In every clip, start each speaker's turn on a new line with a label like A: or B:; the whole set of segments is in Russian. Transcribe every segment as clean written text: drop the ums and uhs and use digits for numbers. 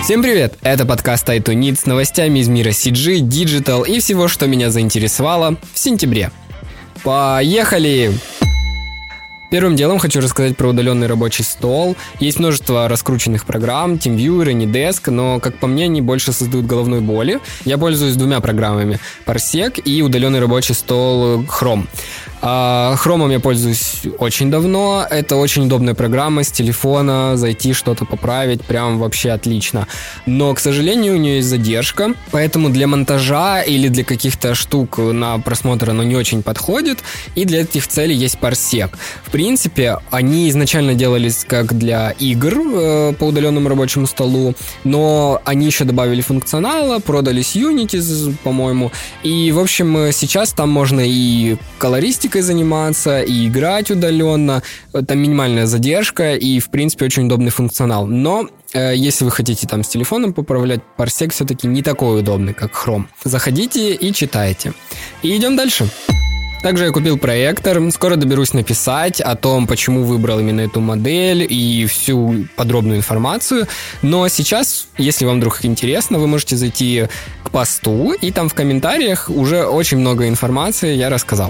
A: Всем привет! Это подкаст iTunes с новостями из мира CG, Digital и всего, что меня заинтересовало в сентябре. Поехали! Первым делом хочу рассказать про удаленный рабочий стол. Есть множество раскрученных программ, TeamViewer и Nedesk, но, как по мне, они больше создают головной боли. Я пользуюсь двумя программами – Parsec и удаленный рабочий стол Chrome. Хромом я пользуюсь очень давно. Это очень удобная программа с телефона, зайти что-то поправить, прям вообще отлично. Но, к сожалению, у нее есть задержка, поэтому для монтажа или для каких-то штук на просмотр оно не очень подходит, и для этих целей есть Parsec. В принципе, они изначально делались как для игр по удаленному рабочему столу, но они еще добавили функционала, продали с Unity, по-моему, и, в общем, сейчас там можно и колористикой заниматься, и играть удаленно, там минимальная задержка и, в принципе, очень удобный функционал. Но если вы хотите там с телефоном поправлять, Parsec все-таки не такой удобный, как Chrome. Заходите и читайте. И идем дальше. Также я купил проектор, скоро доберусь написать о том, почему выбрал именно эту модель и всю подробную информацию. Но сейчас, если вам вдруг интересно, вы можете зайти к посту, и там в комментариях уже очень много информации я рассказал.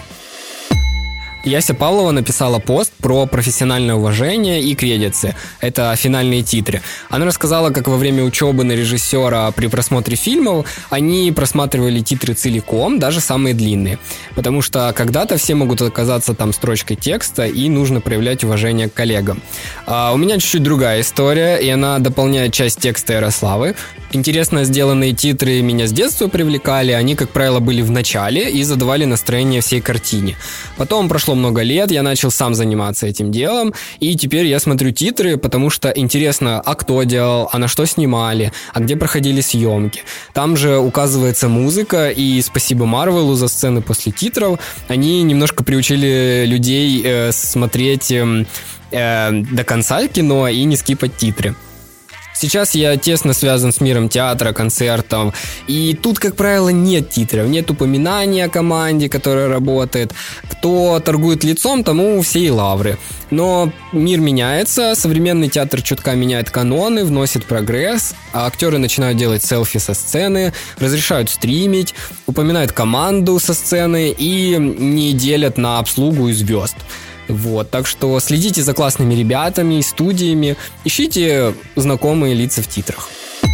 A: Яся Павлова написала пост про профессиональное уважение и кредиты. Это финальные титры. Она рассказала, как во время учебы на режиссера при просмотре фильмов они просматривали титры целиком, даже самые длинные. Потому что когда-то все могут оказаться там строчкой текста, и нужно проявлять уважение к коллегам. У меня чуть-чуть другая история, и она дополняет часть текста Ярославы. Интересно сделанные титры меня с детства привлекали, они, как правило, были в начале и задавали настроение всей картине. Потом прошло много лет, я начал сам заниматься этим делом, и теперь я смотрю титры, потому что интересно, а кто делал, а на что снимали, а где проходили съемки. Там же указывается музыка, и спасибо Марвелу за сцены после титров, они немножко приучили людей смотреть до конца кино и не скипать титры. Сейчас я тесно связан с миром театра, концертов, и тут, как правило, нет титров, нет упоминания о команде, которая работает. Кто торгует лицом, тому все и лавры. Но мир меняется, современный театр чутка меняет каноны, вносит прогресс, а актеры начинают делать селфи со сцены, разрешают стримить, упоминают команду со сцены и не делят на обслугу и звезд. Вот, так что следите за классными ребятами, студиями, ищите знакомые лица в титрах.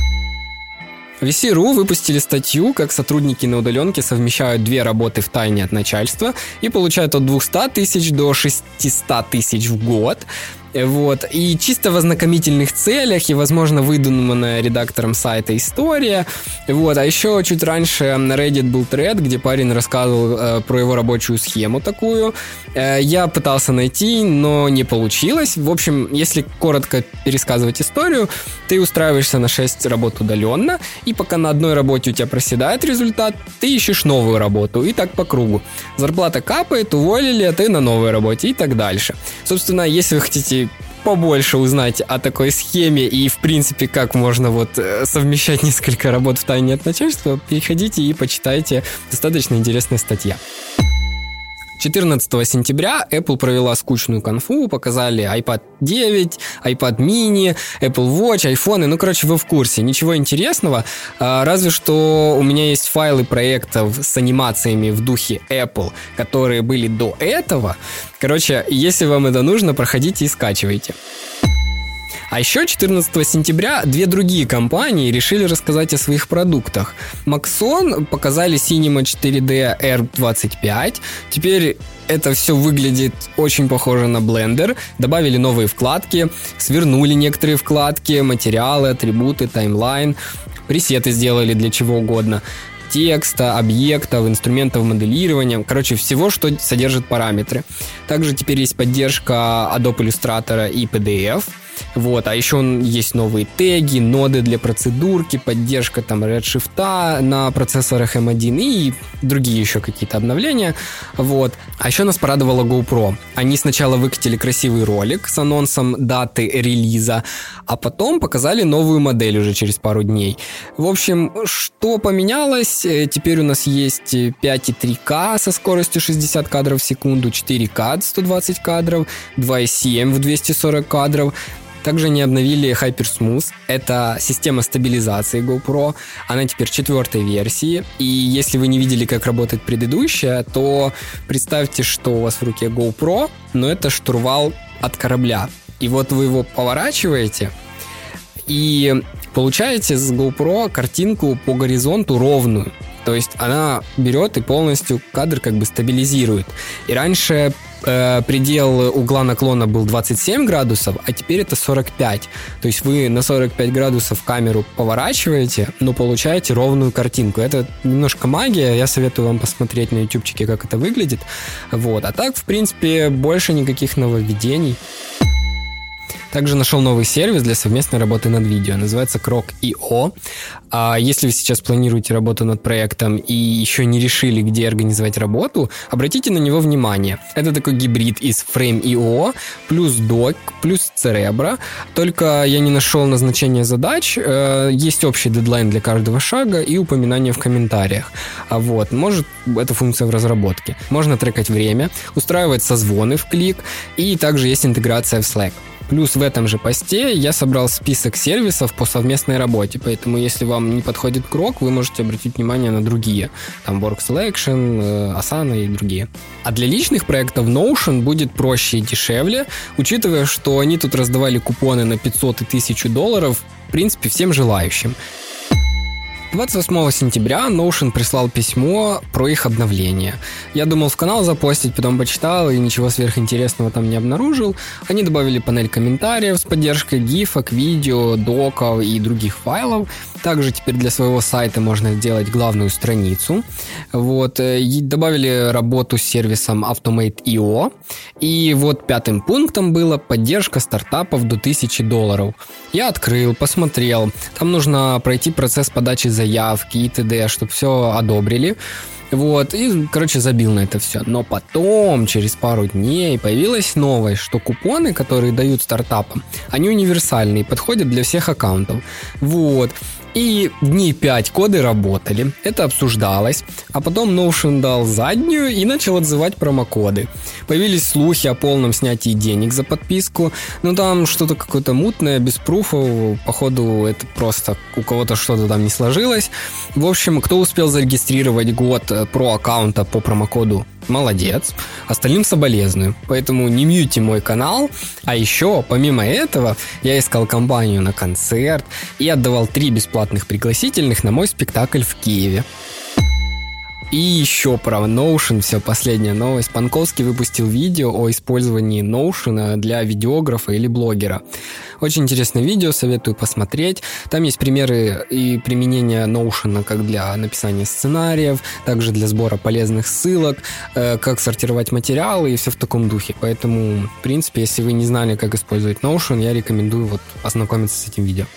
A: VC.ru выпустили статью, как сотрудники на удаленке совмещают две работы в тайне от начальства и получают от 200 тысяч до 600 тысяч в год. Вот. И чисто в ознакомительных целях и, возможно, выдуманная редактором сайта история. Вот. А еще чуть раньше на Reddit был тред, где парень рассказывал про его рабочую схему такую. Я пытался найти, но не получилось. В общем, если коротко пересказывать историю, ты устраиваешься на 6 работ удаленно, и пока на одной работе у тебя проседает результат, ты ищешь новую работу, и так по кругу. Зарплата капает, уволили, а ты на новой работе, и так дальше. Собственно, если вы хотите побольше узнать о такой схеме и, в принципе, как можно совмещать несколько работ в тайне от начальства, переходите и почитайте. Достаточно интересная статья. 14 сентября Apple провела скучную конфу, показали iPad 9, iPad mini, Apple Watch, iPhone, вы в курсе, ничего интересного, разве что у меня есть файлы проектов с анимациями в духе Apple, которые были до этого. Если вам это нужно, проходите и скачивайте. А еще 14 сентября две другие компании решили рассказать о своих продуктах. Maxon показали Cinema 4D R25. Теперь это все выглядит очень похоже на Blender. Добавили новые вкладки, свернули некоторые вкладки, материалы, атрибуты, таймлайн. Пресеты сделали для чего угодно. Текста, объектов, инструментов моделирования, всего, что содержит параметры. Также теперь есть поддержка Adobe Illustrator и PDF. Вот, а еще есть новые теги, ноды для процедурки, поддержка Redshift на процессорах M1 и другие еще какие-то обновления. Вот. А еще нас порадовала GoPro. Они сначала выкатили красивый ролик с анонсом даты релиза, а потом показали новую модель уже через пару дней. В общем, что поменялось? Теперь у нас есть 5.3К со скоростью 60 кадров в секунду, 4К 120 кадров, 2.7 в 240 кадров. Также они обновили HyperSmooth. Это система стабилизации GoPro. Она теперь 4-й версии. И если вы не видели, как работает предыдущая, то представьте, что у вас в руке GoPro, но это штурвал от корабля. И вот вы его поворачиваете и получаете с GoPro картинку по горизонту ровную. То есть она берет и полностью кадр как бы стабилизирует. И раньше предел угла наклона был 27 градусов, а теперь это 45. То есть вы на 45 градусов камеру поворачиваете, но получаете ровную картинку. Это немножко магия, я советую вам посмотреть на ютубчике, как это выглядит. Вот. А так, в принципе, больше никаких нововведений. Также нашел новый сервис для совместной работы над видео. Называется Krok.io. Если вы сейчас планируете работу над проектом и еще не решили, где организовать работу, обратите на него внимание. Это такой гибрид из Frame.io плюс Doc плюс Cerebro. Только я не нашел назначения задач. Есть общий дедлайн для каждого шага и упоминание в комментариях. Вот. Может, эта функция в разработке. Можно трекать время, устраивать созвоны в клик, и также есть интеграция в Slack. Плюс в этом же посте я собрал список сервисов по совместной работе, поэтому если вам не подходит Krok, вы можете обратить внимание на другие. Там Work Selection, Asana и другие. А для личных проектов Notion будет проще и дешевле, учитывая, что они тут раздавали купоны на 500 и 1000 долларов, в принципе, всем желающим. 28 сентября Notion прислал письмо про их обновление. Я думал в канал запостить, потом почитал и ничего сверхинтересного там не обнаружил. Они добавили панель комментариев с поддержкой гифок, видео, доков и других файлов. Также теперь для своего сайта можно сделать главную страницу. Вот. И добавили работу с сервисом Automate.io. И вот 5-м пунктом была поддержка стартапов до 1000 долларов. Я открыл, посмотрел. Там нужно пройти процесс подачи заявки и т.д., чтобы все одобрили. Вот, и, короче, забил на это все. Но потом, через пару дней, появилась новость, что купоны, которые дают стартапам, они универсальные, подходят для всех аккаунтов. Вот. И дней 5 коды работали, это обсуждалось, а потом Notion дал заднюю и начал отзывать промокоды. Появились слухи о полном снятии денег за подписку, но там что-то какое-то мутное, без пруфов, походу это просто у кого-то что-то там не сложилось. В общем, кто успел зарегистрировать год про аккаунта по промокоду, молодец, остальным соболезную, поэтому не мьюйте мой канал. А еще, помимо этого, я искал компанию на концерт и отдавал 3 бесплатных пригласительных на мой спектакль в Киеве. И еще про Notion, все, последняя новость. Панковский выпустил видео о использовании Notion для видеографа или блогера. Очень интересное видео, советую посмотреть. Там есть примеры и применения Notion как для написания сценариев, также для сбора полезных ссылок, как сортировать материалы и все в таком духе. Поэтому, в принципе, если вы не знали, как использовать Notion, я рекомендую вот ознакомиться с этим видео.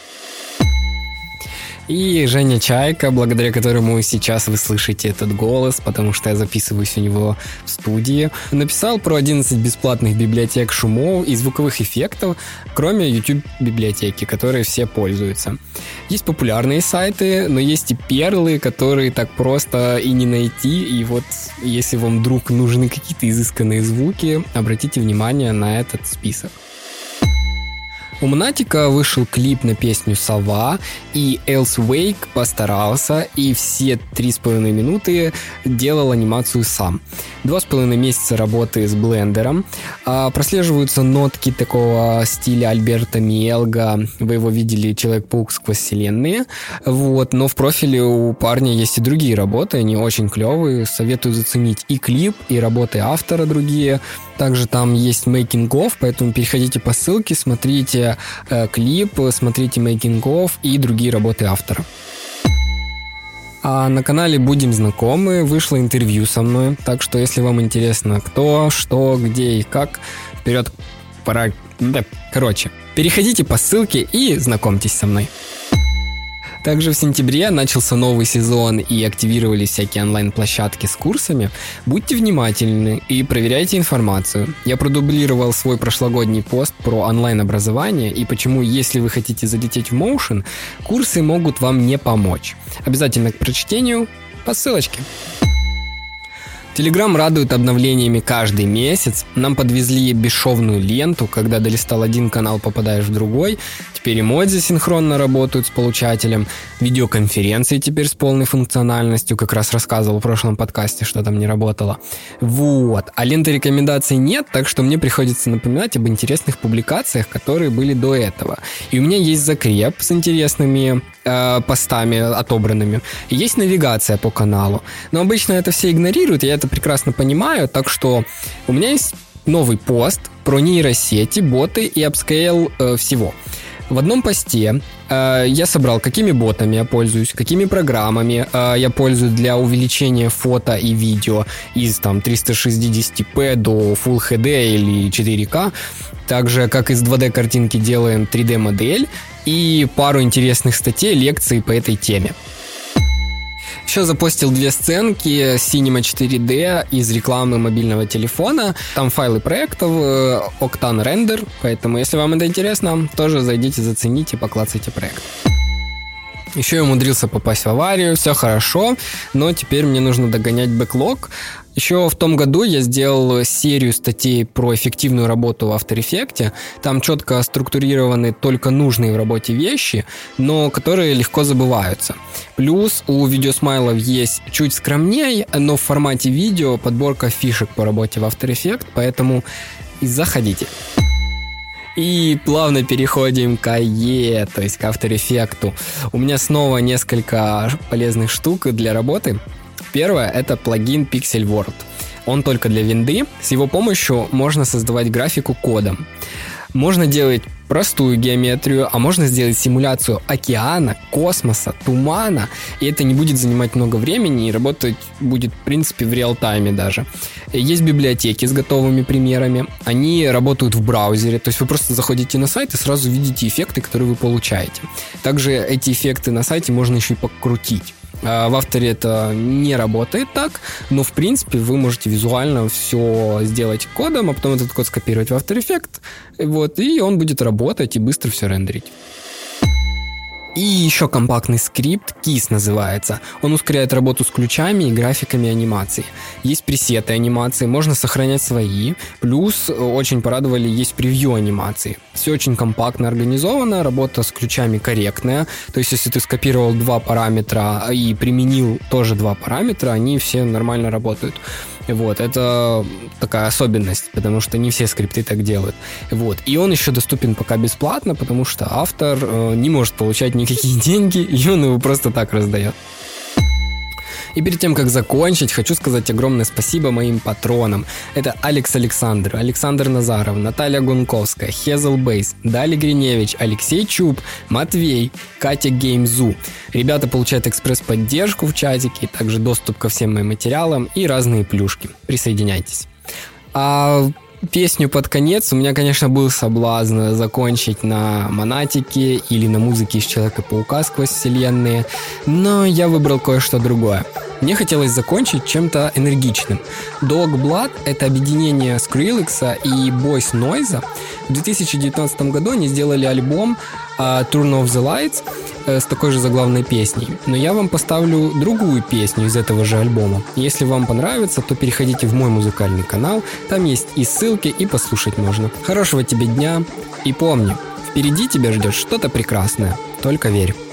A: И Женя Чайка, благодаря которому сейчас вы слышите этот голос, потому что я записываюсь у него в студии, написал про 11 бесплатных библиотек шумов и звуковых эффектов, кроме YouTube-библиотеки, которой все пользуются. Есть популярные сайты, но есть и перлы, которые так просто и не найти, и вот если вам вдруг нужны какие-то изысканные звуки, обратите внимание на этот список. У Монатика вышел клип на песню «Сова», и Элс Вейк постарался, и все 3,5 минуты делал анимацию сам. 2,5 месяца работы с блендером. Прослеживаются нотки такого стиля Альберта Миелга. Вы его видели, «Человек-паук сквозь вселенные». Вот. Но в профиле у парня есть и другие работы, они очень клевые. Советую заценить и клип, и работы автора другие. Также там есть making-of, поэтому переходите по ссылке, смотрите клип, смотрите making-of и другие работы автора. А на канале «Будем знакомы» вышло интервью со мной, так что если вам интересно кто, что, где и как, вперед, пора... Короче, переходите по ссылке и знакомьтесь со мной. Также в сентябре начался новый сезон и активировались всякие онлайн-площадки с курсами. Будьте внимательны и проверяйте информацию. Я продублировал свой прошлогодний пост про онлайн-образование и почему, если вы хотите залететь в Notion, курсы могут вам не помочь. Обязательно к прочтению по ссылочке. Telegram радует обновлениями каждый месяц. Нам подвезли бесшовную ленту, когда долистал один канал, попадаешь в другой. Теперь эмодзи синхронно работают с получателем. Видеоконференции теперь с полной функциональностью. Как раз рассказывал в прошлом подкасте, что там не работало. Вот. А ленты рекомендаций нет, так что мне приходится напоминать об интересных публикациях, которые были до этого. И у меня есть закреп с интересными постами отобранными. И есть навигация по каналу. Но обычно это все игнорируют, я это прекрасно понимаю, так что у меня есть новый пост про нейросети, боты и апскейл всего. В одном посте я собрал, какими ботами я пользуюсь, какими программами я пользуюсь для увеличения фото и видео из там 360p до Full HD или 4K, также как из 2D картинки делаем 3D модель и пару интересных статей, лекций по этой теме. Еще запостил 2 сценки Cinema 4D из рекламы мобильного телефона. Там файлы проектов, Octane Render, поэтому, если вам это интересно, тоже зайдите, зацените, поклацайте проект. Еще я умудрился попасть в аварию, все хорошо, но теперь мне нужно догонять бэклог. Еще в том году я сделал серию статей про эффективную работу в After Effects. Там четко структурированы только нужные в работе вещи, но которые легко забываются. Плюс у видеосмайлов есть чуть скромнее, но в формате видео подборка фишек по работе в After Effects, поэтому заходите. И плавно переходим к AE, то есть к After Effects. У меня снова несколько полезных штук для работы. Первое – это плагин Pixel World. Он только для винды. С его помощью можно создавать графику кодом. Можно делать простую геометрию, а можно сделать симуляцию океана, космоса, тумана, и это не будет занимать много времени, и работать будет, в принципе, в реал-тайме даже. Есть библиотеки с готовыми примерами, они работают в браузере, то есть вы просто заходите на сайт и сразу видите эффекты, которые вы получаете. Также эти эффекты на сайте можно еще и покрутить. В авторе это не работает так, но в принципе вы можете визуально все сделать кодом, а потом этот код скопировать в After Effects, вот, и он будет работать и быстро все рендерить. И еще компактный скрипт, KISS называется. Он ускоряет работу с ключами и графиками анимации. Есть пресеты анимации, можно сохранять свои. Плюс, очень порадовали, есть превью анимации. Все очень компактно организовано, работа с ключами корректная. То есть, если ты скопировал 2 параметра и применил тоже 2 параметра, они все нормально работают. Вот, это такая особенность, потому что не все скрипты так делают. Вот, и он еще доступен пока бесплатно, потому что автор не может получать никакие деньги, и он его просто так раздает. И перед тем, как закончить, хочу сказать огромное спасибо моим патронам. Это Алекс Александр, Александр Назаров, Наталья Гунковская, Хезл Бейс, Дали Гриневич, Алексей Чуб, Матвей, Катя Геймзу. Ребята получают экспресс-поддержку в чатике, также доступ ко всем моим материалам и разные плюшки. Присоединяйтесь. А песню под конец у меня, конечно, был соблазн закончить на монатике или на музыке из Человека-паука сквозь вселенные, но я выбрал кое-что другое. Мне хотелось закончить чем-то энергичным. Dog Blood — это объединение Skrillex и Boys Noise. В 2019 году они сделали альбом Turn Off the Lights с такой же заглавной песней. Но я вам поставлю другую песню из этого же альбома. Если вам понравится, то переходите в мой музыкальный канал. Там есть и ссылки, и послушать можно. Хорошего тебе дня. И помни, впереди тебя ждет что-то прекрасное. Только верь.